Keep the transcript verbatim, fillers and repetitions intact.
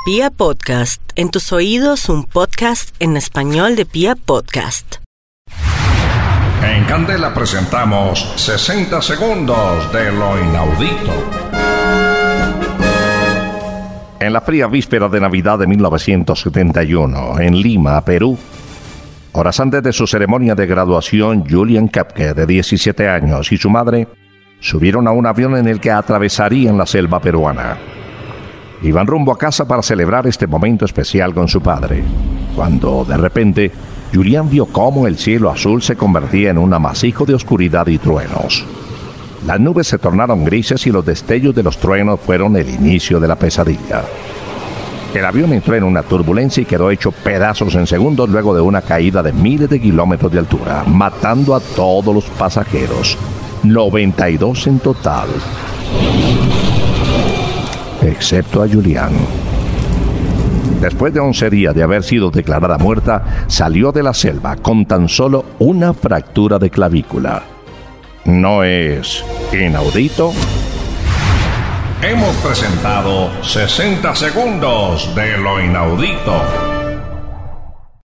Pia Podcast, en tus oídos un podcast en español de Pia Podcast. En Candela presentamos sesenta segundos de lo inaudito. En la fría víspera de Navidad de mil novecientos setenta y uno, en Lima, Perú, horas antes de su ceremonia de graduación, Julian Köpke, de diecisiete años, y su madre subieron a un avión en el que atravesarían la selva peruana. Iban rumbo a casa para celebrar este momento especial con su padre, cuando de repente Julian vio cómo el cielo azul se convertía en un amasijo de oscuridad y truenos. Las nubes se tornaron grises y los destellos de los truenos fueron el inicio de la pesadilla. El avión entró en una turbulencia y quedó hecho pedazos en segundos luego de una caída de miles de kilómetros de altura, matando a todos los pasajeros, noventa y dos en total, excepto a Julian. Después de once días de haber sido declarada muerta, salió de la selva con tan solo una fractura de clavícula. ¿No es inaudito? Hemos presentado sesenta segundos de lo inaudito.